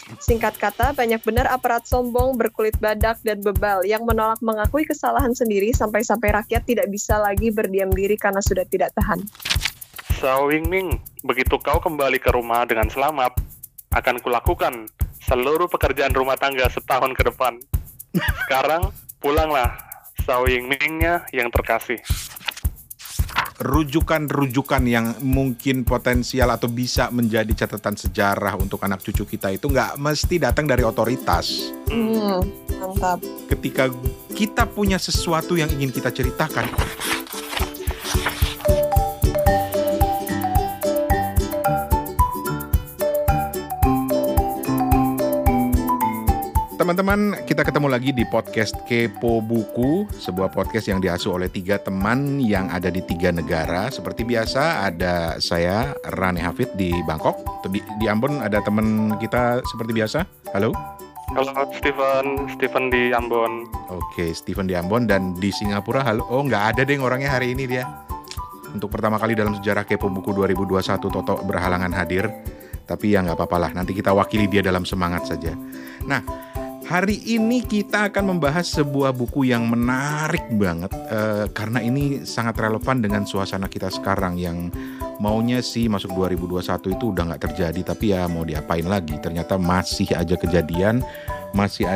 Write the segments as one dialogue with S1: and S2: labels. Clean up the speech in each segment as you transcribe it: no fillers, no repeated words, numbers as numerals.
S1: Singkat kata, banyak benar aparat sombong, berkulit badak, dan bebal yang menolak mengakui kesalahan sendiri sampai-sampai rakyat tidak bisa lagi berdiam diri karena sudah tidak tahan.
S2: Shao Wingming, begitu kau kembali ke rumah dengan selamat, akan kulakukan seluruh pekerjaan rumah tangga setahun ke depan. Sekarang, pulanglah, Shao Wingmingnya yang terkasih.
S3: Rujukan-rujukan yang mungkin potensial atau bisa menjadi catatan sejarah untuk anak cucu kita itu nggak mesti datang dari otoritas.
S1: Mantap.
S3: Ketika kita punya sesuatu yang ingin kita ceritakan, teman-teman, kita ketemu lagi di podcast Kepo Buku, sebuah podcast yang diasuh oleh 3 teman yang ada di 3 negara. Seperti biasa, ada saya, Rane Hafid di Bangkok. Di Ambon ada teman kita seperti biasa. Halo.
S2: Halo, Steven di Ambon.
S3: Oke, Steven di Ambon. Dan di Singapura, halo. Oh, nggak ada deh orangnya hari ini dia. Untuk pertama kali dalam sejarah Kepo Buku 2021, Toto berhalangan hadir. Tapi ya nggak apa-apa lah, nanti kita wakili dia dalam semangat saja. Nah, hari ini kita akan membahas sebuah buku yang menarik banget karena ini sangat relevan dengan suasana kita sekarang yang maunya sih masuk 2021 itu udah gak terjadi, tapi ya mau diapain lagi, ternyata masih aja kejadian, masih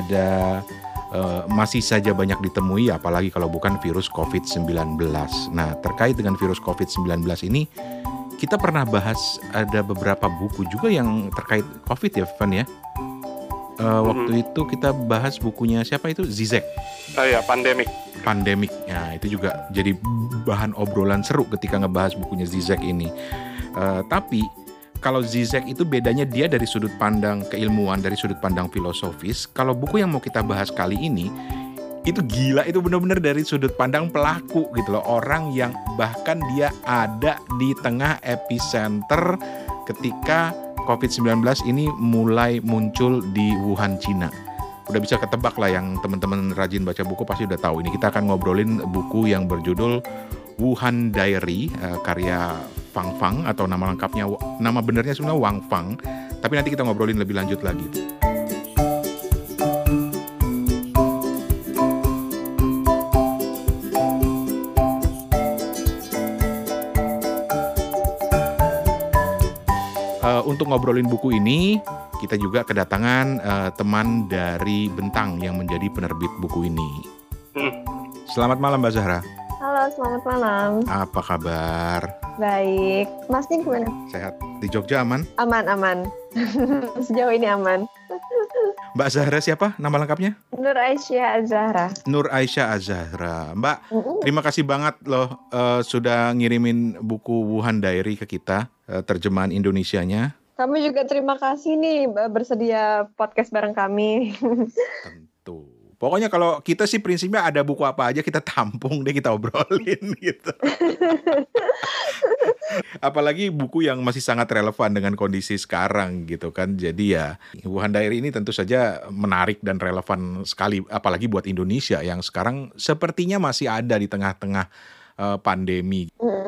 S3: saja banyak ditemui, apalagi kalau bukan virus COVID-19. Nah, terkait dengan virus COVID-19 ini kita pernah bahas ada beberapa buku juga yang terkait COVID ya, Van ya. Waktu itu kita bahas bukunya siapa itu? Zizek.
S2: Oh ya, Pandemic.
S3: Nah, itu juga jadi bahan obrolan seru ketika ngebahas bukunya Zizek ini. Tapi kalau Zizek itu bedanya dia dari sudut pandang keilmuan, dari sudut pandang filosofis. Kalau buku yang mau kita bahas kali ini itu gila, itu benar-benar dari sudut pandang pelaku gitu loh. Orang yang bahkan dia ada di tengah epicenter ketika COVID-19 ini mulai muncul di Wuhan, Cina. Udah bisa ketebak lah, yang teman-teman rajin baca buku pasti udah tahu. Ini kita akan ngobrolin buku yang berjudul Wuhan Diary, karya Fang Fang, atau nama lengkapnya, nama benernya sebenarnya Wang Fang. Tapi nanti kita ngobrolin lebih lanjut lagi. Untuk ngobrolin buku ini, kita juga kedatangan teman dari Bentang yang menjadi penerbit buku ini. Selamat malam Mbak Zahra.
S1: Halo, selamat malam.
S3: Apa kabar?
S1: Baik. Masnya gimana?
S3: Sehat. Di Jogja aman?
S1: Aman. Sejauh ini aman.
S3: Mbak Zahra siapa nama lengkapnya?
S1: Nur Aisyah Az-Zahra.
S3: Nur Aisyah Az-Zahra. Mbak, terima kasih banget loh sudah ngirimin buku Wuhan Diary ke kita, terjemahan Indonesianya.
S1: Kami juga terima kasih nih bersedia podcast bareng kami.
S3: Tentu. Pokoknya kalau kita sih prinsipnya ada buku apa aja kita tampung deh, kita obrolin gitu. Apalagi buku yang masih sangat relevan dengan kondisi sekarang gitu kan. Jadi ya Wuhan Diary ini tentu saja menarik dan relevan sekali, apalagi buat Indonesia yang sekarang sepertinya masih ada di tengah-tengah pandemi.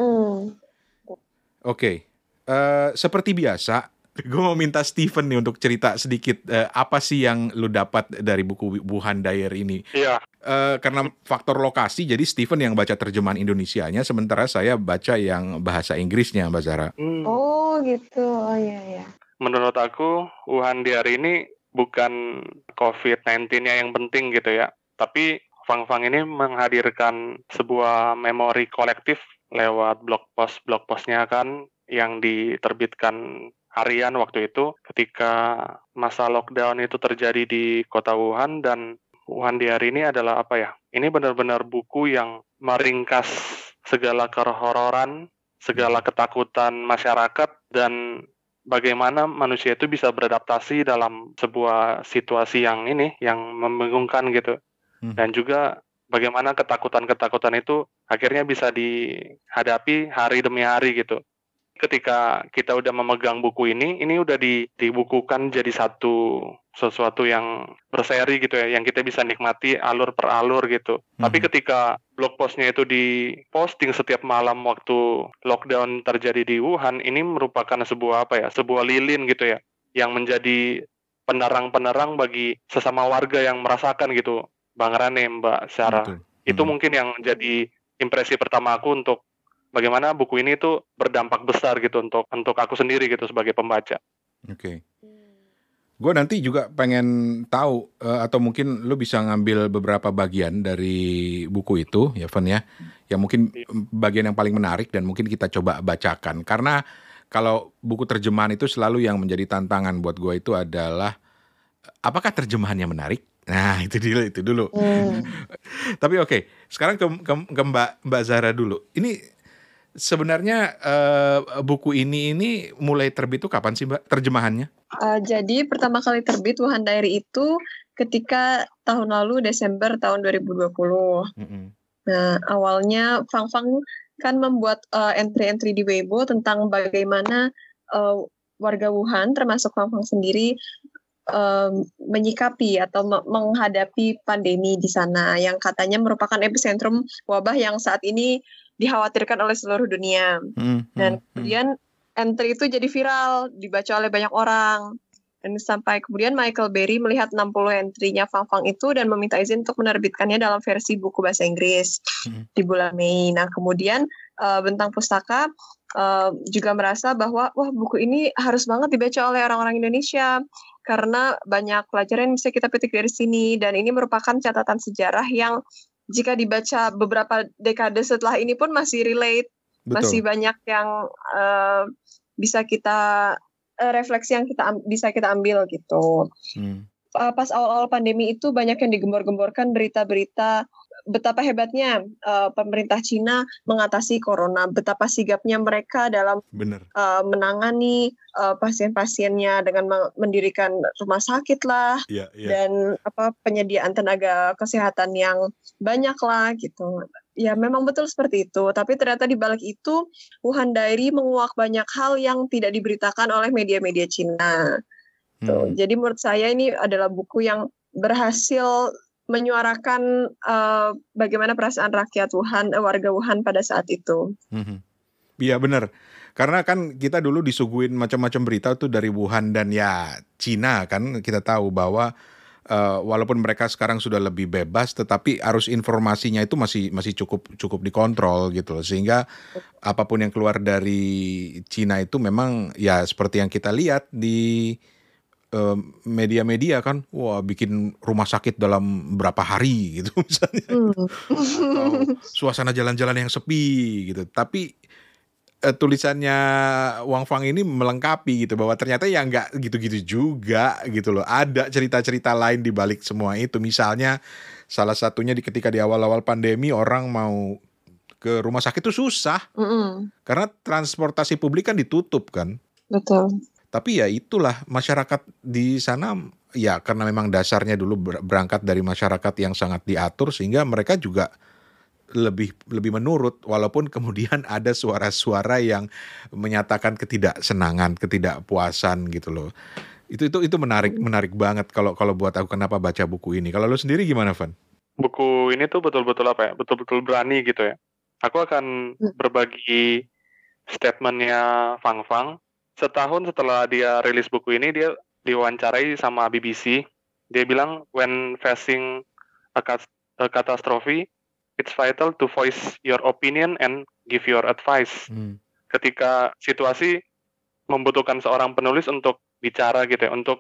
S3: Oke. Seperti biasa, gue mau minta Steven nih untuk cerita sedikit apa sih yang lu dapat dari buku Wuhan Diary ini.
S2: Iya.
S3: Karena faktor lokasi, jadi Steven yang baca terjemahan Indonesianya, sementara saya baca yang bahasa Inggrisnya, Mbak Zahra.
S1: Oh gitu, oh iya.
S2: Menurut aku, Wuhan Diary ini bukan COVID-19-nya yang penting gitu ya. Tapi Fang Fang ini menghadirkan sebuah memori kolektif lewat blog postnya kan, yang diterbitkan harian waktu itu ketika masa lockdown itu terjadi di kota Wuhan. Dan Wuhan Diary ini adalah apa ya? Ini benar-benar buku yang meringkas segala kehororan, segala ketakutan masyarakat, dan bagaimana manusia itu bisa beradaptasi dalam sebuah situasi yang membingungkan gitu. Dan juga bagaimana ketakutan-ketakutan itu akhirnya bisa dihadapi hari demi hari gitu. Ketika kita udah memegang buku ini udah dibukukan jadi sesuatu yang berseri gitu ya, yang kita bisa nikmati alur per alur gitu. Tapi ketika blog postnya itu diposting setiap malam waktu lockdown terjadi di Wuhan, ini merupakan sebuah lilin gitu ya, yang menjadi penerang-penerang bagi sesama warga yang merasakan gitu, Bang Rane, Mbak Sarah.
S3: Betul.
S2: Itu mungkin yang jadi impresi pertama aku untuk bagaimana buku ini tuh berdampak besar gitu untuk aku sendiri gitu sebagai pembaca.
S3: Oke. Gue nanti juga pengen tahu atau mungkin lu bisa ngambil beberapa bagian dari buku itu ya Van ya, yang mungkin bagian yang paling menarik dan mungkin kita coba bacakan. Karena kalau buku terjemahan itu selalu yang menjadi tantangan buat gue itu adalah apakah terjemahannya menarik? Nah itu dulu. Tapi oke, sekarang ke Mbak Zahra dulu. Ini sebenarnya buku ini mulai terbit tuh kapan sih Mbak terjemahannya?
S1: Jadi pertama kali terbit Wuhan Diary itu ketika tahun lalu Desember tahun 2020. Nah awalnya Fang kan membuat entry-entry di Weibo tentang bagaimana warga Wuhan termasuk Fang sendiri menyikapi atau menghadapi pandemi di sana yang katanya merupakan epicentrum wabah yang saat ini dikhawatirkan oleh seluruh dunia. Dan kemudian entry itu jadi viral, dibaca oleh banyak orang. Dan sampai kemudian Michael Berry melihat 60 entry-nya Fang itu dan meminta izin untuk menerbitkannya dalam versi buku bahasa Inggris di bulan Mei. Nah, kemudian Bentang Pustaka juga merasa bahwa wah buku ini harus banget dibaca oleh orang-orang Indonesia karena banyak pelajaran yang bisa kita petik dari sini, dan ini merupakan catatan sejarah yang jika dibaca beberapa dekade setelah ini pun masih relate. Betul. Masih banyak yang bisa kita refleksi yang bisa kita ambil gitu. Pas awal-awal pandemi itu banyak yang digembor-gemborkan berita-berita betapa hebatnya pemerintah Cina mengatasi corona, betapa sigapnya mereka dalam menangani pasien-pasiennya dengan mendirikan rumah sakit lah, dan penyediaan tenaga kesehatan yang banyak lah gitu. Ya memang betul seperti itu, tapi ternyata di balik itu Wuhan Diary menguak banyak hal yang tidak diberitakan oleh media-media Cina. Jadi menurut saya ini adalah buku yang berhasil menyuarakan bagaimana perasaan rakyat Wuhan, warga Wuhan pada saat itu.
S3: Iya benar, karena kan kita dulu disuguhin macam-macam berita tuh dari Wuhan dan ya Cina kan, kita tahu bahwa walaupun mereka sekarang sudah lebih bebas, tetapi arus informasinya itu masih cukup dikontrol gitu loh. Sehingga apapun yang keluar dari Cina itu memang ya seperti yang kita lihat di media-media kan, wah bikin rumah sakit dalam berapa hari gitu misalnya. Atau suasana jalan-jalan yang sepi gitu. Tapi tulisannya Wang Fang ini melengkapi gitu, bahwa ternyata ya nggak gitu-gitu juga gitu loh. Ada cerita-cerita lain di balik semua itu. Misalnya salah satunya ketika di awal-awal pandemi orang mau ke rumah sakit itu susah. Karena transportasi publik kan ditutup kan.
S1: Betul.
S3: Tapi ya itulah masyarakat di sana ya karena memang dasarnya dulu berangkat dari masyarakat yang sangat diatur, sehingga mereka juga lebih menurut, walaupun kemudian ada suara-suara yang menyatakan ketidaksenangan, ketidakpuasan gitu loh. Itu menarik banget kalau buat aku kenapa baca buku ini. Kalau lo sendiri gimana, Van?
S2: Buku ini tuh betul-betul betul-betul berani gitu ya. Aku akan berbagi statementnya Fang. Setahun setelah dia rilis buku ini, dia diwawancarai sama BBC. Dia bilang, when facing a catastrophe, it's vital to voice your opinion and give your advice. Ketika situasi membutuhkan seorang penulis untuk bicara gitu ya, untuk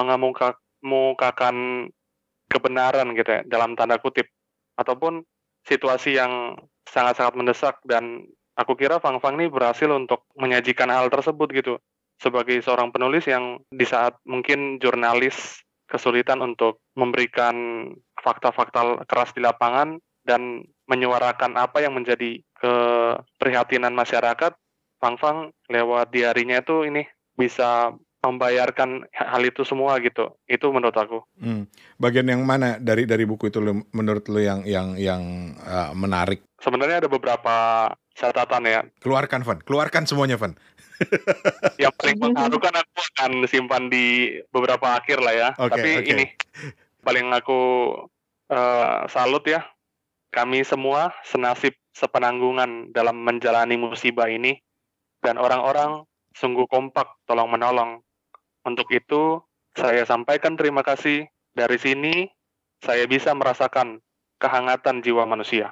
S2: mengemukakan kebenaran gitu ya, dalam tanda kutip, ataupun situasi yang sangat-sangat mendesak. Dan aku kira Fang ini berhasil untuk menyajikan hal tersebut gitu, sebagai seorang penulis yang di saat mungkin jurnalis kesulitan untuk memberikan fakta-fakta keras di lapangan dan menyuarakan apa yang menjadi keprihatinan masyarakat. Fang lewat diarinya itu ini bisa membayarkan hal itu semua gitu. Itu menurut aku.
S3: Bagian yang mana dari buku itu menurut lo yang menarik?
S2: Sebenarnya ada beberapa catatan ya.
S3: Keluarkan semuanya, Van.
S2: Yang paling mengharukan aku akan simpan di beberapa akhir lah ya. Tapi ini paling aku salut ya. Kami semua senasib sepenanggungan dalam menjalani musibah ini, dan orang-orang sungguh kompak tolong-menolong. Untuk itu, Saya sampaikan terima kasih. Dari sini saya bisa merasakan kehangatan jiwa manusia.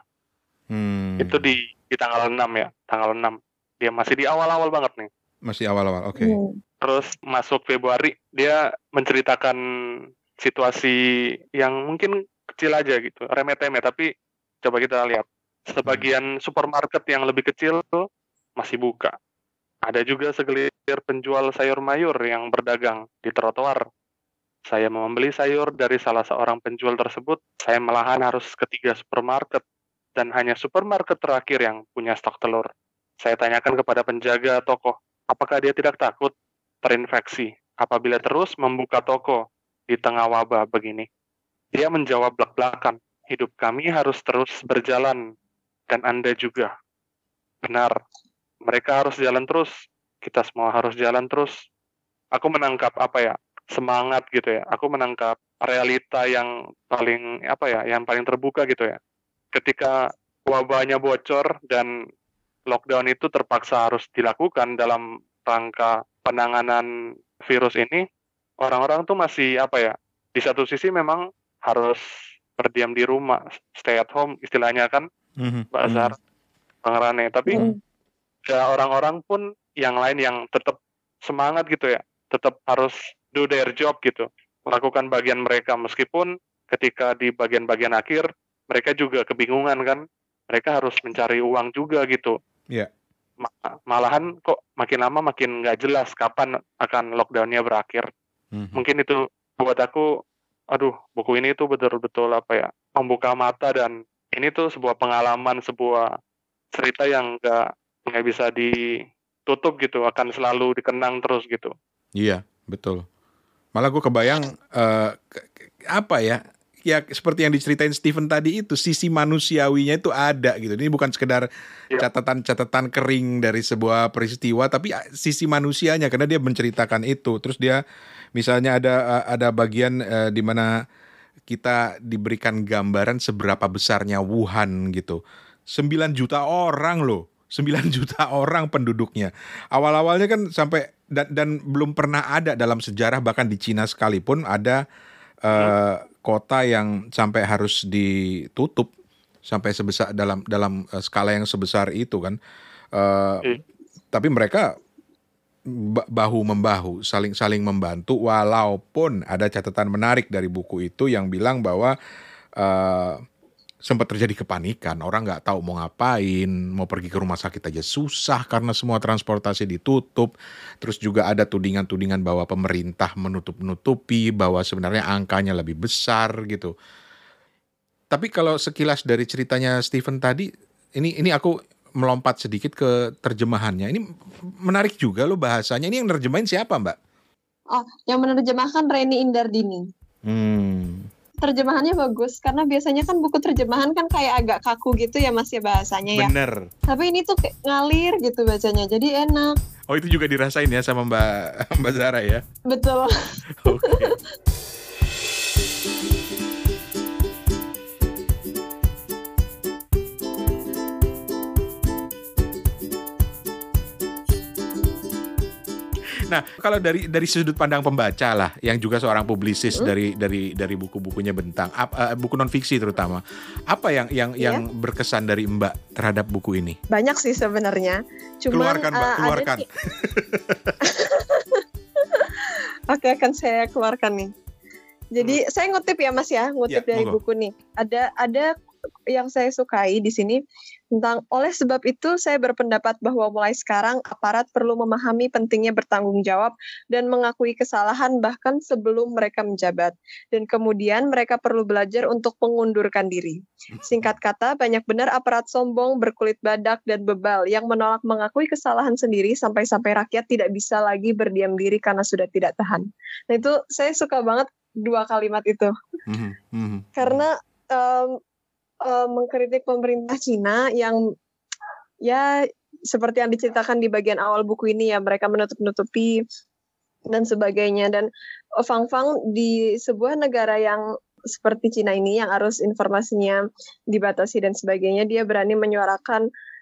S2: Itu di tanggal 6 ya, tanggal 6. Dia masih di awal-awal banget nih.
S3: Masih awal-awal, oke.
S2: Terus masuk Februari, dia menceritakan situasi yang mungkin kecil aja gitu, remeh-temeh, tapi coba kita lihat. Sebagian supermarket yang lebih kecil masih buka. Ada juga segelintir penjual sayur mayur yang berdagang di trotoar. Saya membeli sayur dari salah seorang penjual tersebut, saya malahan harus ke 3 supermarket, dan hanya supermarket terakhir yang punya stok telur. Saya tanyakan kepada penjaga toko, apakah dia tidak takut terinfeksi apabila terus membuka toko di tengah wabah begini. Dia menjawab blak-blakan, hidup kami harus terus berjalan, dan Anda juga. Benar, mereka harus jalan terus, kita semua harus jalan terus. Aku menangkap semangat gitu ya. Aku menangkap realita yang paling yang paling terbuka gitu ya. Ketika wabahnya bocor dan lockdown itu terpaksa harus dilakukan dalam rangka penanganan virus ini, orang-orang tuh masih di satu sisi memang harus berdiam di rumah, stay at home istilahnya kan, Mbak Zahra, Bang Rane. Tapi ya orang-orang pun yang lain yang tetap semangat gitu ya, tetap harus do their job gitu, melakukan bagian mereka, meskipun ketika di bagian-bagian akhir mereka juga kebingungan kan, mereka harus mencari uang juga gitu.
S3: Iya.
S2: Malahan kok makin lama makin nggak jelas kapan akan lockdownnya berakhir. Mungkin itu buat aku, buku ini tuh betul-betul membuka mata, dan ini tuh sebuah pengalaman, sebuah cerita yang nggak bisa ditutup gitu, akan selalu dikenang terus gitu.
S3: Iya, betul. Malah gue kebayang ya seperti yang diceritain Stephen tadi itu, sisi manusiawinya itu ada gitu. Ini bukan sekedar catatan kering dari sebuah peristiwa, tapi sisi manusianya, karena dia menceritakan itu. Terus dia misalnya ada bagian di mana kita diberikan gambaran seberapa besarnya Wuhan gitu. 9 juta orang loh. 9 juta orang penduduknya. Awal-awalnya kan sampai dan belum pernah ada dalam sejarah, bahkan di Cina sekalipun ada kota yang sampai harus ditutup sampai sebesar dalam skala yang sebesar itu kan. Tapi mereka bahu-membahu, saling membantu, walaupun ada catatan menarik dari buku itu yang bilang bahwa sempat terjadi kepanikan, orang nggak tahu mau ngapain, mau pergi ke rumah sakit aja susah karena semua transportasi ditutup. Terus juga ada tudingan-tudingan bahwa pemerintah menutup-nutupi, bahwa sebenarnya angkanya lebih besar gitu. Tapi kalau sekilas dari ceritanya Stephen tadi, ini aku melompat sedikit ke terjemahannya. Ini menarik juga loh bahasanya. Ini yang nerjemahin siapa, Mbak?
S1: Oh, yang menerjemahkan Reni Indardini. Terjemahannya bagus, karena biasanya kan buku terjemahan kan kayak agak kaku gitu ya Mas ya bahasanya ya.
S3: Bener.
S1: Tapi ini tuh ngalir gitu bacanya, jadi enak.
S3: Oh, itu juga dirasain ya sama Mbak Zahra ya?
S1: Betul.
S3: Oke. Nah, kalau dari sudut pandang pembaca lah, yang juga seorang publisis dari buku-bukunya Bentang, buku non fiksi terutama, apa yang berkesan dari Mbak terhadap buku ini?
S1: Banyak sih sebenarnya.
S3: Keluarkan Mbak, keluarkan.
S1: Oke, akan saya keluarkan nih. Jadi saya ngutip ya Mas ya, dari buku nih. Ada yang saya sukai di sini tentang, oleh sebab itu saya berpendapat bahwa mulai sekarang aparat perlu memahami pentingnya bertanggung jawab dan mengakui kesalahan bahkan sebelum mereka menjabat, dan kemudian mereka perlu belajar untuk mengundurkan diri. Singkat kata, banyak benar aparat sombong, berkulit badak dan bebal yang menolak mengakui kesalahan sendiri sampai-sampai rakyat tidak bisa lagi berdiam diri karena sudah tidak tahan. Nah itu saya suka banget 2 kalimat itu. Karena mengkritik pemerintah Cina yang ya seperti yang diceritakan di bagian awal buku ini ya, mereka menutup-nutupi dan sebagainya. Dan Fang Fang di sebuah negara yang seperti Cina ini yang arus informasinya dibatasi dan sebagainya, dia berani menyuarakan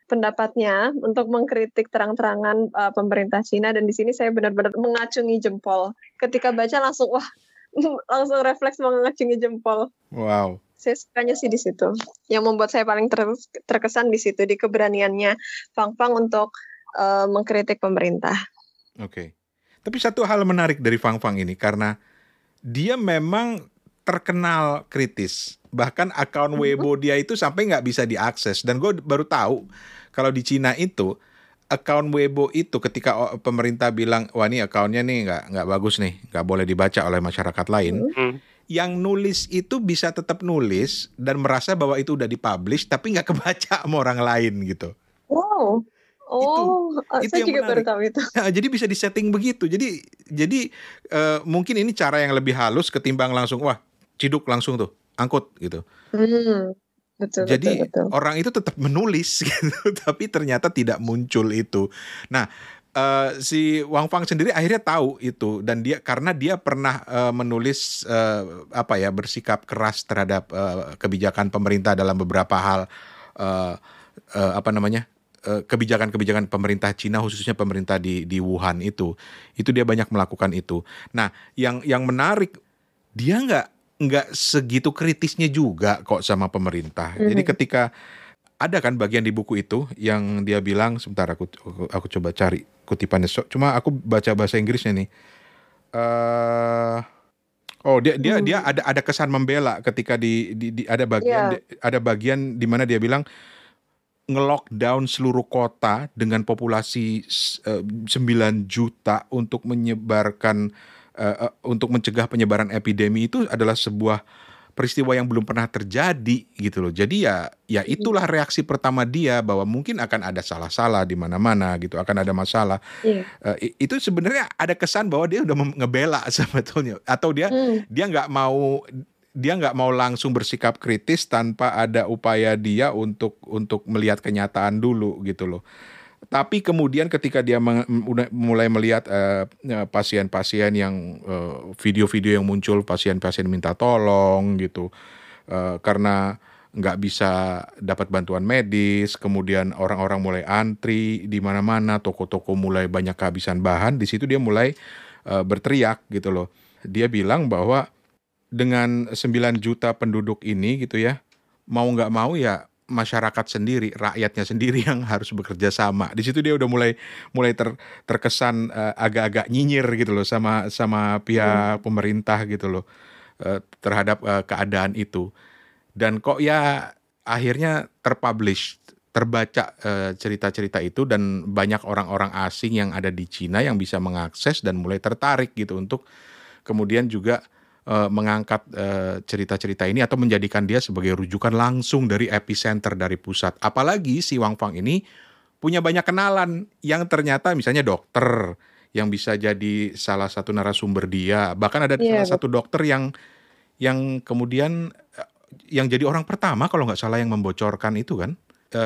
S1: pendapatnya untuk mengkritik terang-terangan pemerintah Cina, dan di sini saya benar-benar mengacungi jempol. Ketika baca langsung langsung refleks mengacungi jempol.
S3: Wow.
S1: Saya sukanya sih di situ. Yang membuat saya paling terkesan di situ, di keberaniannya Fang Fang untuk mengkritik pemerintah.
S3: Oke. Tapi satu hal menarik dari Fang Fang ini karena dia memang terkenal kritis. Bahkan akun Weibo dia itu sampai nggak bisa diakses. Dan gue baru tahu kalau di Cina itu akun Weibo itu ketika pemerintah bilang, wah ini akunnya nih nggak bagus nih, nggak boleh dibaca oleh masyarakat lain. Yang nulis itu bisa tetap nulis dan merasa bahwa itu udah dipublish, tapi nggak kebaca sama orang lain gitu.
S1: Wow. Itu saya juga baru tahu itu.
S3: Nah, jadi bisa disetting begitu. Jadi mungkin ini cara yang lebih halus ketimbang langsung wah ciduk langsung tuh angkut gitu.
S1: Betul,
S3: jadi
S1: betul.
S3: Orang itu tetap menulis gitu, tapi ternyata tidak muncul itu. Nah, si Wang Fang sendiri akhirnya tahu itu dan karena dia pernah menulis bersikap keras terhadap kebijakan pemerintah dalam beberapa hal kebijakan-kebijakan pemerintah Cina, khususnya pemerintah di Wuhan itu dia banyak melakukan itu. Nah, yang menarik dia nggak segitu kritisnya juga kok sama pemerintah. Jadi ketika ada kan bagian di buku itu yang dia bilang, sebentar aku coba cari kutipannya. Cuma aku baca bahasa Inggrisnya nih. Dia ada kesan membela ketika ada bagian di mana dia bilang nge-lockdown seluruh kota dengan populasi 9 juta untuk menyebarkan untuk mencegah penyebaran epidemi itu adalah sebuah peristiwa yang belum pernah terjadi gitu loh. Jadi ya itulah reaksi pertama dia bahwa mungkin akan ada salah-salah di mana-mana gitu, akan ada masalah. Itu sebenarnya ada kesan bahwa dia udah ngebela sebetulnya, atau dia nggak mau langsung bersikap kritis tanpa ada upaya dia untuk melihat kenyataan dulu gitu loh. Tapi kemudian ketika dia mulai melihat pasien-pasien yang video-video yang muncul, pasien-pasien minta tolong gitu karena nggak bisa dapat bantuan medis, kemudian orang-orang mulai antri di mana-mana, toko-toko mulai banyak kehabisan bahan, di situ dia mulai berteriak gitu loh. Dia bilang bahwa dengan 9 juta penduduk ini gitu ya, mau nggak mau ya masyarakat sendiri, rakyatnya sendiri yang harus bekerja sama. Di situ dia udah mulai terkesan agak-agak nyinyir gitu loh sama pihak pemerintah gitu loh terhadap keadaan itu. Dan kok ya akhirnya terbaca cerita-cerita itu, dan banyak orang-orang asing yang ada di Cina yang bisa mengakses dan mulai tertarik gitu untuk kemudian juga mengangkat cerita-cerita ini atau menjadikan dia sebagai rujukan langsung dari epicenter, dari pusat. Apalagi si Wang Fang ini punya banyak kenalan yang ternyata misalnya dokter yang bisa jadi salah satu narasumber dia. Bahkan ada salah satu dokter yang kemudian yang jadi orang pertama kalau nggak salah yang membocorkan itu kan.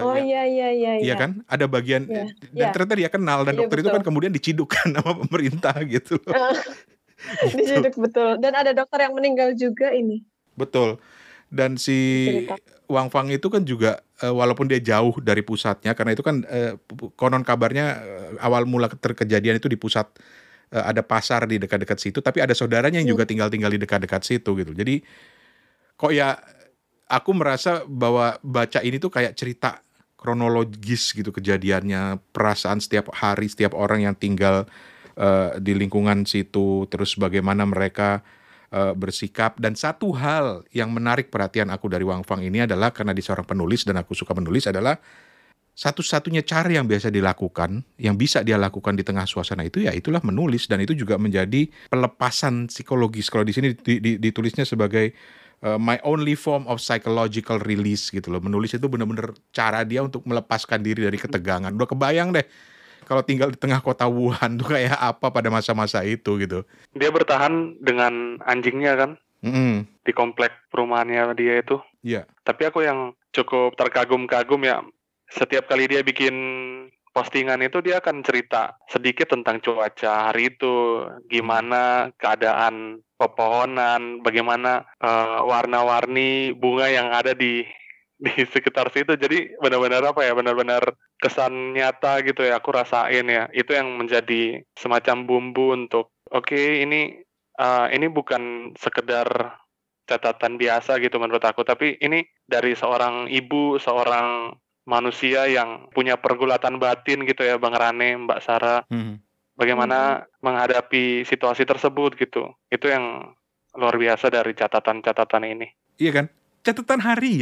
S3: Iya kan? Ada bagian dan ternyata dia kenal, dan dokter itu kan kemudian dicidukkan sama pemerintah gitu loh.
S1: Diciduk, betul. Dan ada dokter yang meninggal juga ini.
S3: Betul. Dan si Wang Fang itu kan juga walaupun dia jauh dari pusatnya, karena itu kan konon kabarnya awal mula terkejadian itu di pusat, ada pasar di dekat-dekat situ, tapi ada saudaranya yang juga tinggal di dekat-dekat situ gitu. Jadi kok ya aku merasa bahwa baca ini tuh kayak cerita kronologis gitu kejadiannya, perasaan setiap hari, setiap orang yang tinggal di lingkungan situ, terus bagaimana mereka bersikap. Dan satu hal yang menarik perhatian aku dari Wang Fang ini adalah, karena dia seorang penulis dan aku suka menulis, adalah satu-satunya cara yang biasa dilakukan, yang bisa dia lakukan di tengah suasana itu, ya itulah menulis. Dan itu juga menjadi pelepasan psikologis. Kalau di sini ditulisnya sebagai my only form of psychological release gitu loh. Menulis itu benar-benar cara dia untuk melepaskan diri dari ketegangan. Udah kebayang deh kalau tinggal di tengah kota Wuhan tuh kayak apa pada masa-masa itu gitu.
S2: Dia bertahan dengan anjingnya kan, di komplek perumahannya dia itu.
S3: Iya.
S2: Tapi aku yang cukup terkagum-kagum ya, setiap kali dia bikin postingan itu dia akan cerita sedikit tentang cuaca hari itu, gimana keadaan pepohonan, bagaimana warna-warni bunga yang ada di di sekitar situ. Jadi benar-benar benar-benar kesan nyata gitu ya, aku rasain ya. Itu yang menjadi semacam bumbu untuk ini bukan sekedar catatan biasa gitu menurut aku, tapi ini dari seorang ibu, seorang manusia yang punya pergulatan batin gitu ya, Bang Rane, Mbak Sarah. Bagaimana menghadapi situasi tersebut gitu. Itu yang luar biasa dari catatan-catatan ini.
S3: Iya kan? Catatan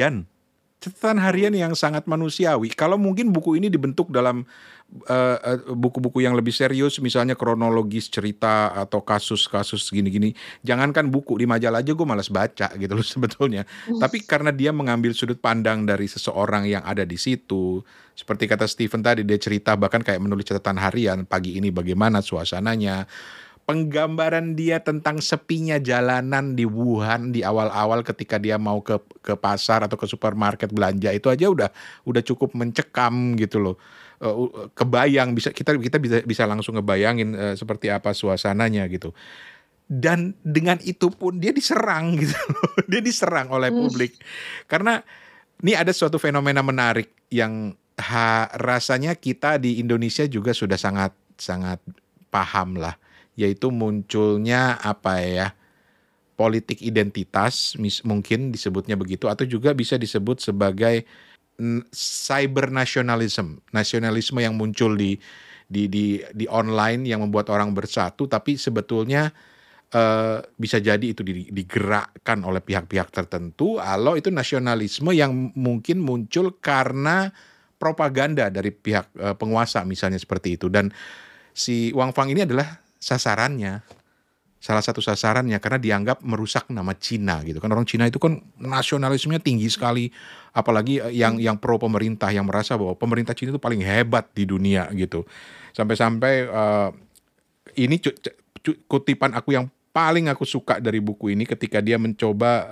S3: harian yang sangat manusiawi. Kalau mungkin buku ini dibentuk dalam buku-buku yang lebih serius, misalnya kronologis cerita atau kasus-kasus gini-gini, jangankan buku, di majalah aja gue malas baca gitu loh sebetulnya. Tapi karena dia mengambil sudut pandang dari seseorang yang ada di situ, seperti kata Stephen tadi, dia cerita bahkan kayak menulis catatan harian, pagi ini bagaimana suasananya, penggambaran dia tentang sepinya jalanan di Wuhan di awal-awal ketika dia mau ke pasar atau ke supermarket belanja, itu aja udah cukup mencekam gitu loh. Kebayang, kita bisa langsung ngebayangin seperti apa suasananya gitu. Dan dengan itu pun dia diserang gitu loh. Dia diserang oleh publik. Karena ini ada suatu fenomena menarik yang rasanya kita di Indonesia juga sudah sangat paham lah, yaitu munculnya politik identitas, mungkin disebutnya begitu, atau juga bisa disebut sebagai cyber nationalism yang muncul di online yang membuat orang bersatu, tapi sebetulnya bisa jadi itu digerakkan oleh pihak-pihak tertentu, atau itu nasionalisme yang mungkin muncul karena propaganda dari pihak penguasa misalnya seperti itu. Dan si Wang Fang ini adalah salah satu sasarannya karena dianggap merusak nama Cina gitu kan. Orang Cina itu kan nasionalismenya tinggi sekali, apalagi yang pro pemerintah, yang merasa bahwa pemerintah Cina itu paling hebat di dunia gitu. Sampai-sampai ini kutipan aku yang paling aku suka dari buku ini ketika dia mencoba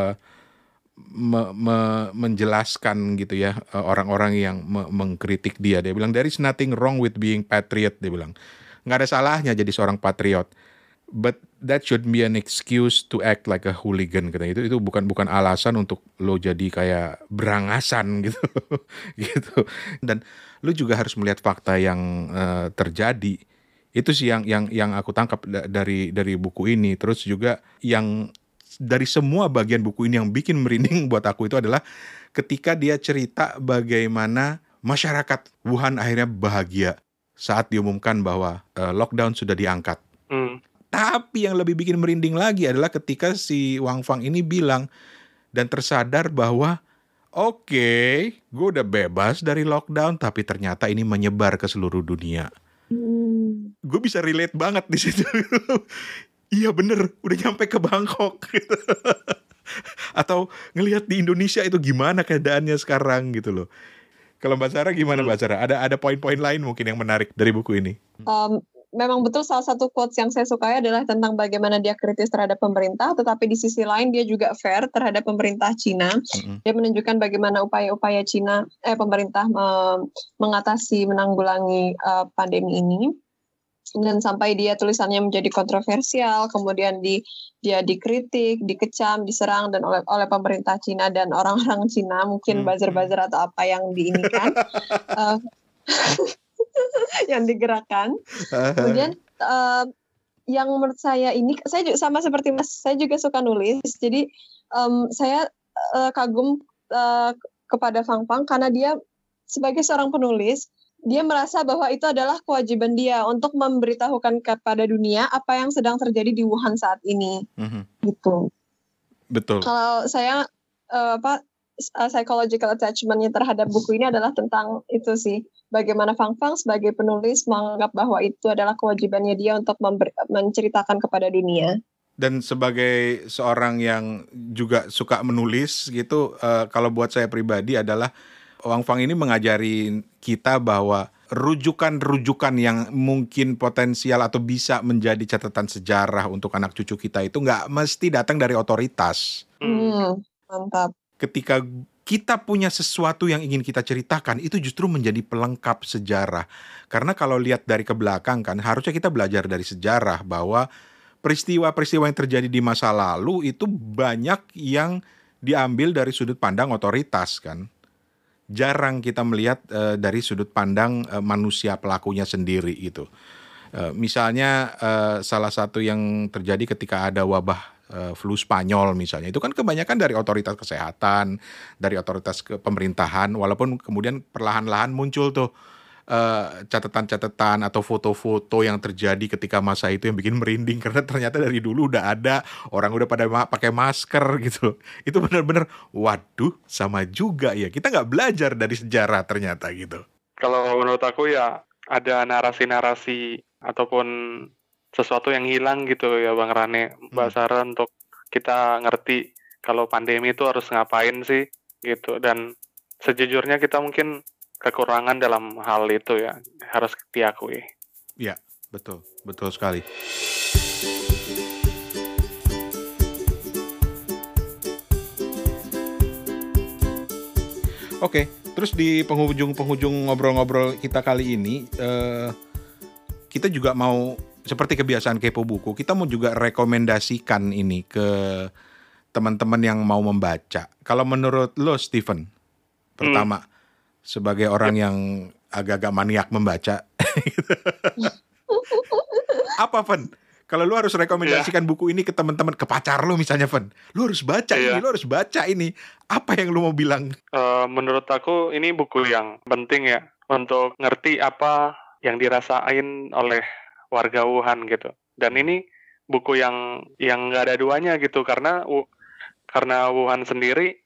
S3: menjelaskan gitu ya orang-orang yang mengkritik dia. Dia bilang, there is nothing wrong with being patriot, dia bilang. Nggak ada salahnya jadi seorang patriot, but that should be an excuse to act like a hooligan. Kata itu bukan alasan untuk lo jadi kayak berangasan gitu. Gitu. Dan lo juga harus melihat fakta yang terjadi. Itu sih yang aku tangkap dari buku ini. Terus juga yang dari semua bagian buku ini yang bikin merinding buat aku itu adalah ketika dia cerita bagaimana masyarakat Wuhan akhirnya bahagia saat diumumkan bahwa lockdown sudah diangkat. Tapi yang lebih bikin merinding lagi adalah ketika si Wang Fang ini bilang dan tersadar bahwa oke, gue udah bebas dari lockdown, tapi ternyata ini menyebar ke seluruh dunia. Gue bisa relate banget di situ. Iya bener, udah nyampe ke Bangkok. Atau ngelihat di Indonesia itu gimana keadaannya sekarang gitu loh. Kalau Mbak Sarah gimana Mbak Sarah? Ada poin-poin lain mungkin yang menarik dari buku ini?
S1: Memang betul, salah satu quotes yang saya sukai adalah tentang bagaimana dia kritis terhadap pemerintah, tetapi di sisi lain dia juga fair terhadap pemerintah Cina. Dia menunjukkan bagaimana upaya-upaya pemerintah menanggulangi pandemi ini. Dan sampai dia tulisannya menjadi kontroversial, kemudian dia dikritik, dikecam, diserang dan oleh pemerintah Cina dan orang-orang Cina, mungkin buzzer-buzzer atau apa yang diinikan, yang digerakkan. Kemudian yang menurut saya ini, saya juga sama seperti Mas, saya juga suka nulis. Jadi saya kagum kepada Fang Fang karena dia sebagai seorang penulis, dia merasa bahwa itu adalah kewajiban dia untuk memberitahukan kepada dunia apa yang sedang terjadi di Wuhan saat ini. Gitu.
S3: Betul.
S1: Kalau saya psychological attachment-nya terhadap buku ini adalah tentang itu sih. Bagaimana Fang Fang sebagai penulis menganggap bahwa itu adalah kewajibannya dia untuk menceritakan kepada dunia.
S3: Dan sebagai seorang yang juga suka menulis gitu, kalau buat saya pribadi adalah Wang Fang ini mengajari kita bahwa rujukan-rujukan yang mungkin potensial atau bisa menjadi catatan sejarah untuk anak cucu kita itu nggak mesti datang dari otoritas.
S1: Mantap.
S3: Ketika kita punya sesuatu yang ingin kita ceritakan, itu justru menjadi pelengkap sejarah. Karena kalau lihat dari ke belakang kan, harusnya kita belajar dari sejarah bahwa peristiwa-peristiwa yang terjadi di masa lalu itu banyak yang diambil dari sudut pandang otoritas kan. Jarang kita melihat dari sudut pandang manusia pelakunya sendiri gitu. Misalnya salah satu yang terjadi ketika ada wabah flu Spanyol misalnya, itu kan kebanyakan dari otoritas kesehatan, dari otoritas pemerintahan, walaupun kemudian perlahan-lahan muncul tuh catatan-catatan atau foto-foto yang terjadi ketika masa itu yang bikin merinding, karena ternyata dari dulu udah ada, orang udah pada pakai masker gitu. Itu benar-benar waduh, sama juga ya, kita nggak belajar dari sejarah ternyata gitu.
S2: Kalau menurut aku ya ada narasi-narasi ataupun sesuatu yang hilang gitu ya Bang Rane, Mbak Sarah, untuk kita ngerti kalau pandemi itu harus ngapain sih gitu. Dan sejujurnya kita mungkin kekurangan dalam hal itu ya, harus diakui.
S3: Ya, betul sekali. Oke, terus di penghujung ngobrol-ngobrol kita kali ini, kita juga mau, seperti kebiasaan Kepo Buku, kita mau juga rekomendasikan ini ke teman-teman yang mau membaca. Kalau menurut lo, Steven, pertama, sebagai orang yang agak-agak maniak membaca, apa, Fen? Kalau lo harus rekomendasikan buku ini ke teman-teman, ke pacar lo misalnya, Fen, lo harus baca ini, lo harus baca ini. Apa yang lo mau bilang?
S2: Menurut aku ini buku yang penting ya, untuk ngerti apa yang dirasain oleh warga Wuhan gitu. Dan ini buku yang nggak ada duanya gitu, karena Wuhan sendiri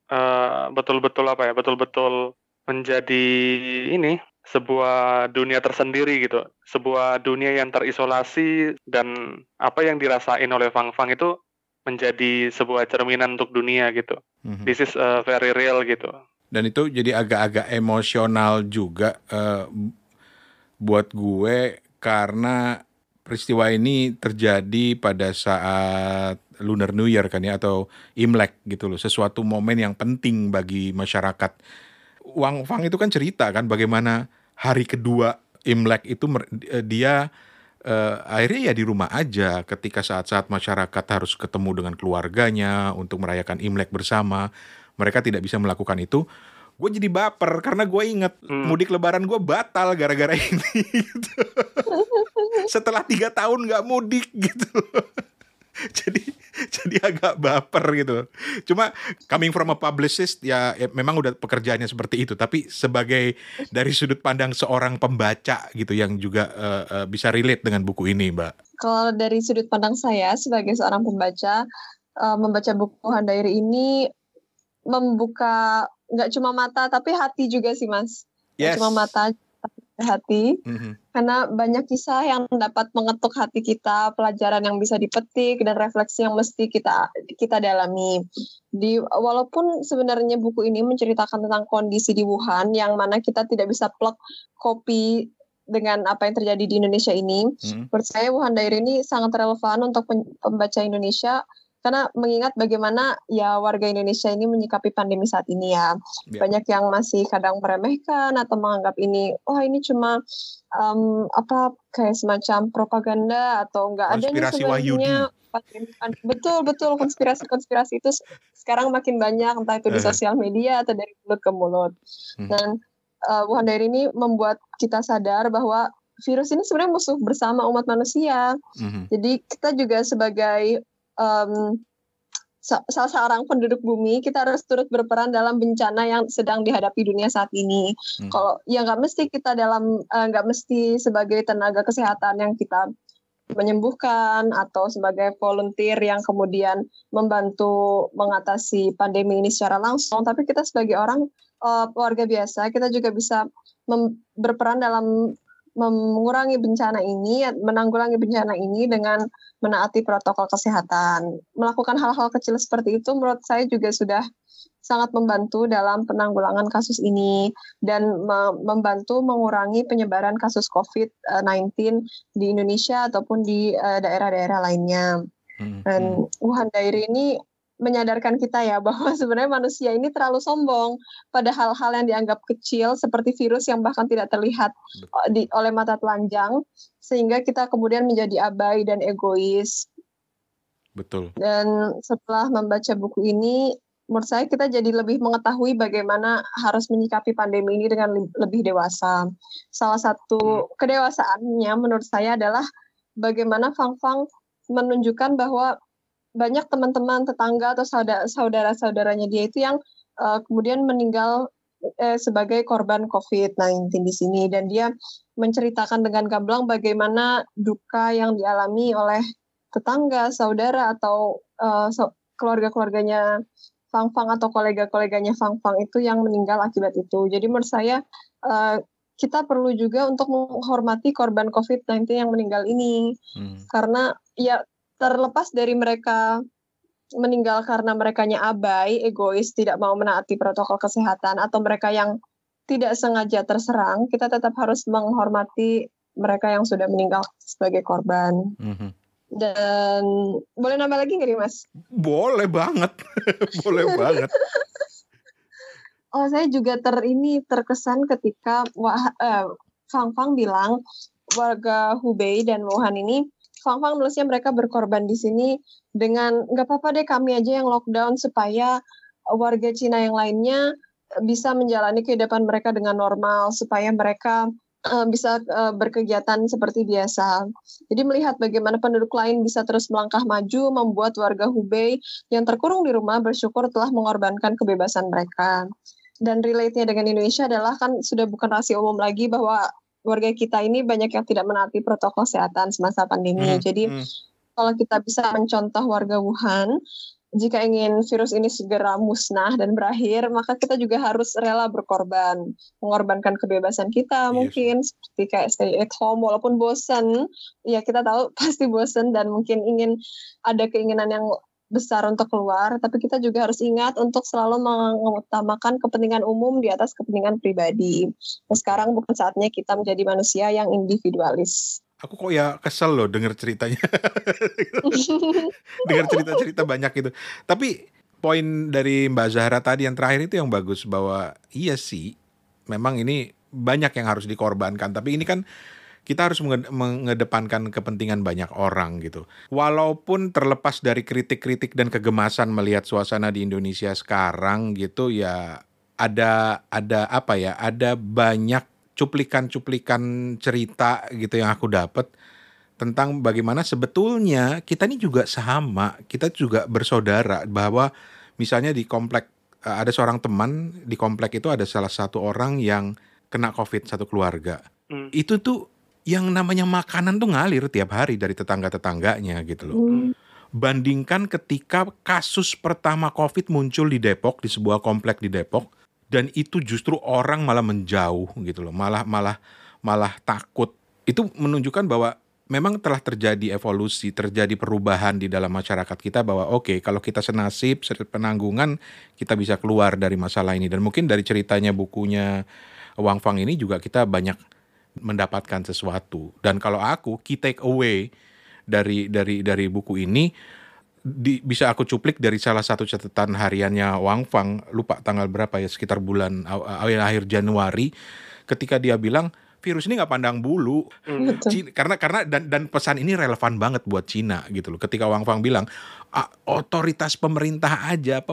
S2: betul-betul menjadi ini sebuah dunia tersendiri gitu, sebuah dunia yang terisolasi, dan apa yang dirasain oleh Fang Fang itu menjadi sebuah cerminan untuk dunia gitu. This is very real gitu.
S3: Dan itu jadi agak-agak emosional juga buat gue, karena peristiwa ini terjadi pada saat Lunar New Year kan ya, atau Imlek gitu loh, sesuatu momen yang penting bagi masyarakat. Wang Fang itu kan cerita kan bagaimana hari kedua Imlek itu dia akhirnya ya di rumah aja, ketika saat-saat masyarakat harus ketemu dengan keluarganya untuk merayakan Imlek bersama, mereka tidak bisa melakukan itu. Gue jadi baper karena gue inget mudik lebaran gue batal gara-gara ini gitu. Setelah 3 tahun gak mudik gitu. Jadi agak baper gitu. Cuma coming from a publicist ya memang udah pekerjaannya seperti itu. Tapi sebagai dari sudut pandang seorang pembaca gitu yang juga bisa relate dengan buku ini, Mbak.
S1: Kalau dari sudut pandang saya sebagai seorang pembaca, membaca buku Wuhan Diary ini membuka nggak cuma mata tapi hati juga sih, Mas. Nggak cuma mata tapi hati. Karena banyak kisah yang dapat mengetuk hati kita, pelajaran yang bisa dipetik dan refleksi yang mesti kita dalami. Walaupun sebenarnya buku ini menceritakan tentang kondisi di Wuhan yang mana kita tidak bisa plug copy dengan apa yang terjadi di Indonesia ini. Menurut saya Wuhan Diary ini sangat relevan untuk pembaca Indonesia, karena mengingat bagaimana ya warga Indonesia ini menyikapi pandemi saat ini ya. Banyak yang masih kadang meremehkan atau menganggap ini, ini cuma kayak semacam propaganda atau nggak ada nih sebenarnya. Betul, konspirasi itu sekarang makin banyak, entah itu di sosial media atau dari mulut ke mulut. Dan Wuhan Diary ini membuat kita sadar bahwa virus ini sebenarnya musuh bersama umat manusia. Jadi kita juga sebagai salah seorang penduduk bumi, kita harus turut berperan dalam bencana yang sedang dihadapi dunia saat ini. Kalau ya nggak mesti sebagai tenaga kesehatan yang kita menyembuhkan atau sebagai volunteer yang kemudian membantu mengatasi pandemi ini secara langsung, tapi kita sebagai orang warga biasa, kita juga bisa berperan dalam menanggulangi bencana ini dengan menaati protokol kesehatan. Melakukan hal-hal kecil seperti itu menurut saya juga sudah sangat membantu dalam penanggulangan kasus ini dan membantu mengurangi penyebaran kasus COVID-19 di Indonesia ataupun di daerah-daerah lainnya. Dan Wuhan Diary ini menyadarkan kita ya bahwa sebenarnya manusia ini terlalu sombong pada hal-hal yang dianggap kecil seperti virus yang bahkan tidak terlihat oleh mata telanjang, sehingga kita kemudian menjadi abai dan egois.
S3: Betul.
S1: Dan setelah membaca buku ini, menurut saya kita jadi lebih mengetahui bagaimana harus menyikapi pandemi ini dengan lebih dewasa. Salah satu kedewasaannya menurut saya adalah bagaimana Fang menunjukkan bahwa banyak teman-teman, tetangga atau saudara-saudaranya dia itu yang kemudian meninggal sebagai korban COVID-19 di sini, dan dia menceritakan dengan gamblang bagaimana duka yang dialami oleh tetangga, saudara atau keluarga-keluarganya Fang atau kolega-koleganya Fang itu yang meninggal akibat itu. Jadi menurut saya kita perlu juga untuk menghormati korban COVID-19 yang meninggal ini. Karena ya terlepas dari mereka meninggal karena merekanya abai, egois, tidak mau menaati protokol kesehatan, atau mereka yang tidak sengaja terserang, kita tetap harus menghormati mereka yang sudah meninggal sebagai korban. Dan boleh nambah lagi nggak nih, Mas?
S3: Boleh banget. Boleh banget.
S1: Saya juga terkesan ketika Fang bilang warga Hubei dan Wuhan ini, Fang nulisnya mereka berkorban di sini dengan nggak apa-apa deh kami aja yang lockdown supaya warga Cina yang lainnya bisa menjalani kehidupan mereka dengan normal, supaya mereka bisa berkegiatan seperti biasa. Jadi melihat bagaimana penduduk lain bisa terus melangkah maju, membuat warga Hubei yang terkurung di rumah bersyukur telah mengorbankan kebebasan mereka. Dan relate-nya dengan Indonesia adalah kan sudah bukan rahasia umum lagi bahwa warga kita ini banyak yang tidak menaati protokol kesehatan semasa pandemi. Jadi kalau kita bisa mencontoh warga Wuhan, jika ingin virus ini segera musnah dan berakhir, maka kita juga harus rela berkorban, mengorbankan kebebasan kita mungkin, seperti kayak stay at home, walaupun bosan, ya kita tahu pasti bosan dan mungkin ingin ada keinginan yang besar untuk keluar, tapi kita juga harus ingat untuk selalu mengutamakan kepentingan umum di atas kepentingan pribadi. Nah, sekarang bukan saatnya kita menjadi manusia yang individualis.
S3: Aku kok ya kesel loh denger ceritanya. Dengar cerita-cerita banyak gitu. Tapi poin dari Mbak Zahra tadi yang terakhir itu yang bagus, bahwa iya sih, memang ini banyak yang harus dikorbankan. Tapi ini kan kita harus mengedepankan kepentingan banyak orang gitu. Walaupun terlepas dari kritik-kritik dan kegemasan melihat suasana di Indonesia sekarang gitu, ya ada banyak cuplikan-cuplikan cerita gitu yang aku dapat tentang bagaimana sebetulnya kita ini juga sama, kita juga bersaudara, bahwa misalnya di komplek ada seorang teman di komplek itu ada salah satu orang yang kena COVID, satu keluarga. Itu tuh yang namanya makanan tuh ngalir tiap hari dari tetangga-tetangganya gitu loh. Bandingkan ketika kasus pertama COVID muncul di Depok, di sebuah komplek di Depok, dan itu justru orang malah menjauh gitu loh, malah takut. Itu menunjukkan bahwa memang telah terjadi evolusi, terjadi perubahan di dalam masyarakat kita, bahwa oke, kalau kita senasib, penanggungan, kita bisa keluar dari masalah ini. Dan mungkin dari ceritanya bukunya Wang Fang ini juga kita banyak mendapatkan sesuatu. Dan kalau aku key take away dari buku ini, bisa aku cuplik dari salah satu catatan hariannya Wang Fang, lupa tanggal berapa ya, sekitar bulan akhir Januari, ketika dia bilang virus ini nggak pandang bulu. Karena dan pesan ini relevan banget buat Cina gitu loh. Ketika Wang Fang bilang otoritas pemerintah aja,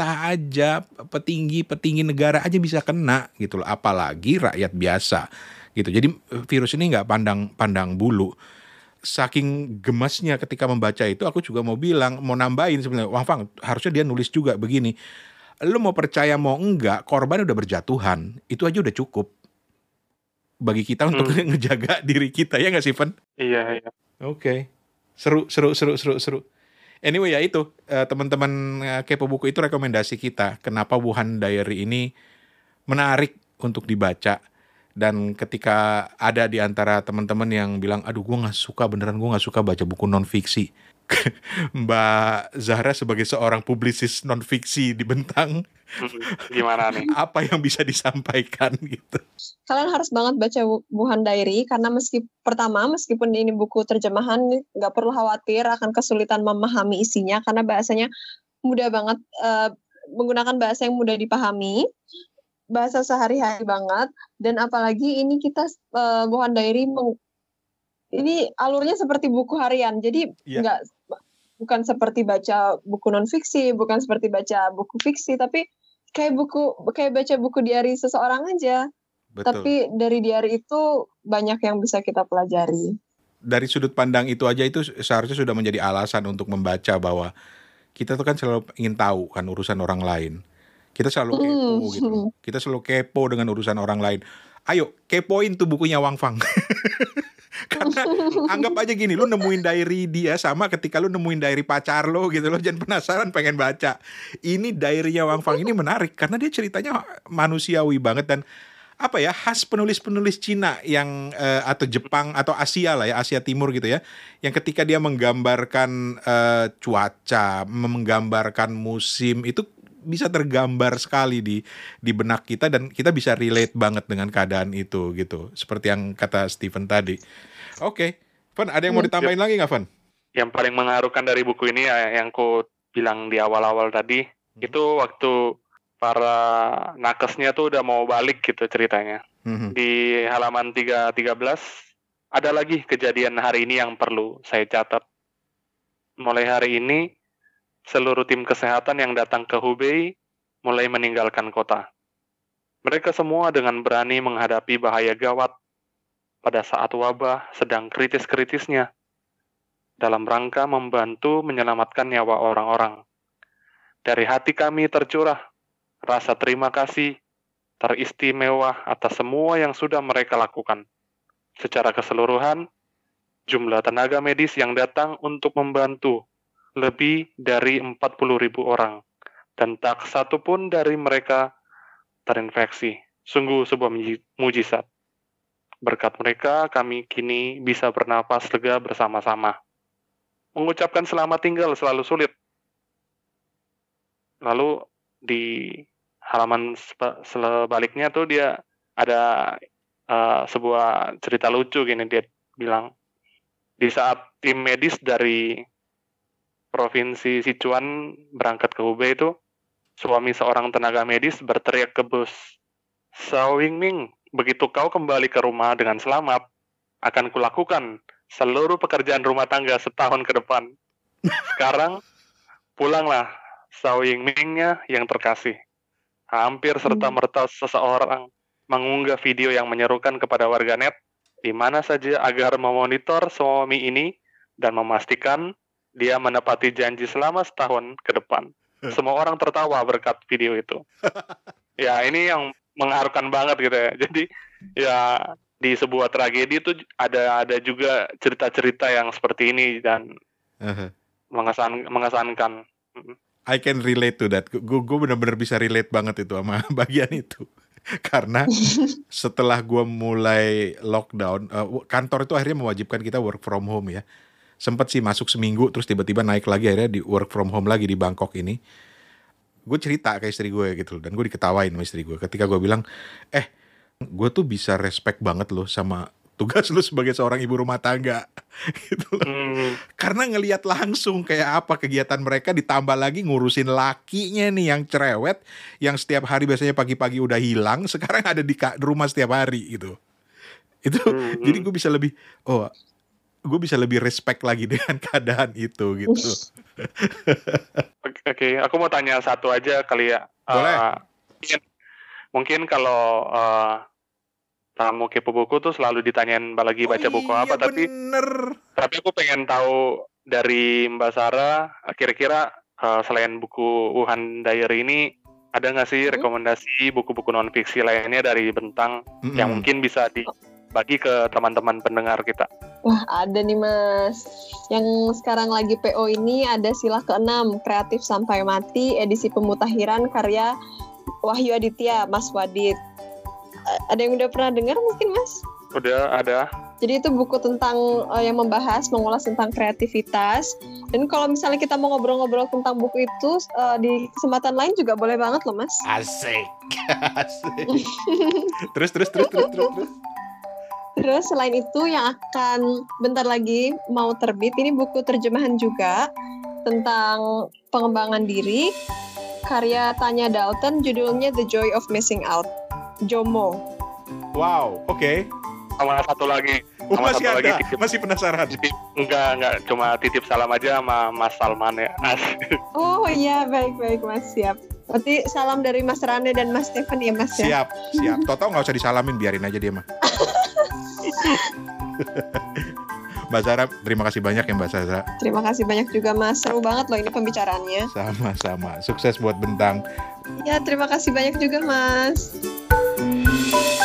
S3: petinggi negara aja bisa kena gitu loh, apalagi rakyat biasa gitu. Jadi virus ini nggak pandang bulu. Saking gemasnya ketika membaca itu, aku juga mau nambahin sebenarnya, Wang Fang harusnya dia nulis juga begini, lu mau percaya mau enggak, korban udah berjatuhan, itu aja udah cukup bagi kita untuk ngejaga diri kita, ya nggak sih, Fen?
S2: Iya.
S3: Oke. Seru. Anyway, ya itu teman-teman Kepo Buku itu rekomendasi kita. Kenapa Wuhan Diary ini menarik untuk dibaca. Dan ketika ada di antara teman-teman yang bilang, aduh gue gak suka baca buku non-fiksi, Mbak Zahra sebagai seorang publisis non-fiksi di Bentang,
S2: gimana nih?
S3: Apa yang bisa disampaikan gitu?
S1: Kalian harus banget baca Wuhan Diary, karena meskipun ini buku terjemahan, gak perlu khawatir akan kesulitan memahami isinya, karena bahasanya mudah banget, menggunakan bahasa yang mudah dipahami, bahasa sehari-hari banget. Dan apalagi ini kita Wuhan Diary ini alurnya seperti buku harian, jadi bukan seperti baca buku non fiksi, bukan seperti baca buku fiksi, tapi kayak baca buku diari seseorang aja. Betul. Tapi dari diari itu banyak yang bisa kita pelajari.
S3: Dari sudut pandang itu aja itu seharusnya sudah menjadi alasan untuk membaca, bahwa kita tuh kan selalu ingin tahu kan urusan orang lain. Kita selalu kepo gitu. Kita selalu kepo dengan urusan orang lain. Ayo kepoin tuh bukunya Wang Fang. Karena anggap aja gini, lu nemuin diary dia sama ketika lu nemuin diary pacar lo gitu, lo jangan penasaran pengen baca. Ini diary-nya Wang Fang ini menarik karena dia ceritanya manusiawi banget dan apa ya, khas penulis-penulis Cina yang atau Jepang atau Asia lah ya, Asia Timur gitu ya, yang ketika dia menggambarkan cuaca, menggambarkan musim itu bisa tergambar sekali di benak kita dan kita bisa relate banget dengan keadaan itu gitu. Seperti yang kata Steven tadi. Oke, Van, ada yang mau ditambahin lagi nggak, Van?
S2: Yang paling mengharukan dari buku ini ya, yang ku bilang di awal-awal tadi, itu waktu para nakesnya tuh udah mau balik gitu ceritanya. Di halaman 13 ada lagi kejadian hari ini yang perlu saya catat. Mulai hari ini seluruh tim kesehatan yang datang ke Hubei mulai meninggalkan kota. Mereka semua dengan berani menghadapi bahaya gawat pada saat wabah sedang kritis-kritisnya, dalam rangka membantu menyelamatkan nyawa orang-orang. Dari hati kami tercurah rasa terima kasih teristimewa atas semua yang sudah mereka lakukan. Secara keseluruhan, jumlah tenaga medis yang datang untuk membantu lebih dari 40.000 orang, dan tak satu pun dari mereka terinfeksi. Sungguh sebuah mujizat. Berkat mereka, kami kini bisa bernapas lega bersama-sama. Mengucapkan selamat tinggal selalu sulit. Lalu di halaman sebaliknya tuh dia ada sebuah cerita lucu gini, dia bilang, di saat tim medis dari Provinsi Sichuan berangkat ke Hubei itu, suami seorang tenaga medis berteriak ke bos, "Zhao Yingming, begitu kau kembali ke rumah dengan selamat, akan kulakukan seluruh pekerjaan rumah tangga setahun ke depan. Sekarang, pulanglah Zhao Yingming-nya yang terkasih." Hampir serta-merta seseorang mengunggah video yang menyerukan kepada warganet di mana saja agar memonitor suami ini dan memastikan dia menepati janji selama setahun ke depan. Semua orang tertawa berkat video itu. Ya, ini yang mengharukan banget gitu ya. Jadi, ya di sebuah tragedi itu ada juga cerita-cerita yang seperti ini dan mengesankan.
S3: I can relate to that. Gue benar-benar bisa relate banget itu sama bagian itu. Karena setelah gue mulai lockdown, kantor itu akhirnya mewajibkan kita work from home ya. Sempat sih masuk seminggu, terus tiba-tiba naik lagi akhirnya di work from home lagi di Bangkok ini. Gue cerita ke istri gue gitu, dan gue diketawain sama istri gue. Ketika gue bilang, gue tuh bisa respect banget loh sama tugas lu sebagai seorang ibu rumah tangga. Gitu loh. Karena ngelihat langsung kayak apa kegiatan mereka, ditambah lagi ngurusin lakinya nih yang cerewet, yang setiap hari biasanya pagi-pagi udah hilang, sekarang ada di rumah setiap hari gitu. Itu jadi gue bisa lebih respect lagi dengan keadaan itu gitu.
S2: Oke, aku mau tanya satu aja kali ya.
S3: Boleh.
S2: Mungkin kalau tamu kepo buku tuh selalu ditanyain lagi baca buku apa, tapi aku pengen tahu dari Mbak Sarah, kira-kira selain buku Wuhan Diary ini, ada nggak sih rekomendasi buku-buku non fiksi lainnya dari Bentang yang mungkin bisa dibagi ke teman-teman pendengar kita?
S1: Wah, ada nih Mas. Yang sekarang lagi PO ini ada Sila ke-6, Kreatif Sampai Mati, edisi pemutakhiran karya Wahyu Aditya, Mas Wadid. Ada yang udah pernah dengar mungkin Mas?
S2: Udah, ada.
S1: Jadi itu buku tentang yang mengulas tentang kreativitas. Dan kalau misalnya kita mau ngobrol-ngobrol tentang buku itu di kesempatan lain juga boleh banget loh Mas.
S3: Asik. Terus.
S1: Terus selain itu yang akan bentar lagi mau terbit, ini buku terjemahan juga tentang pengembangan diri, karya Tanya Dalton, judulnya The Joy of Missing Out, JOMO.
S3: Wow, oke.
S2: Sama satu lagi. Sama
S3: masih
S2: satu
S3: ada,
S2: lagi
S3: masih penasaran.
S2: Enggak, cuma titip salam aja sama Mas Salman ya.
S1: Oh iya, baik Mas, siap. Berarti salam dari Mas Rane dan Mas Steven ya Mas ya?
S3: Siap. Toto nggak usah disalamin, biarin aja dia mah. Mbak Zara, terima kasih banyak ya Mbak Zara.
S1: Terima kasih banyak juga Mas, seru banget loh ini pembicaraannya.
S3: Sama-sama, sukses buat Bentang.
S1: Ya, terima kasih banyak juga Mas.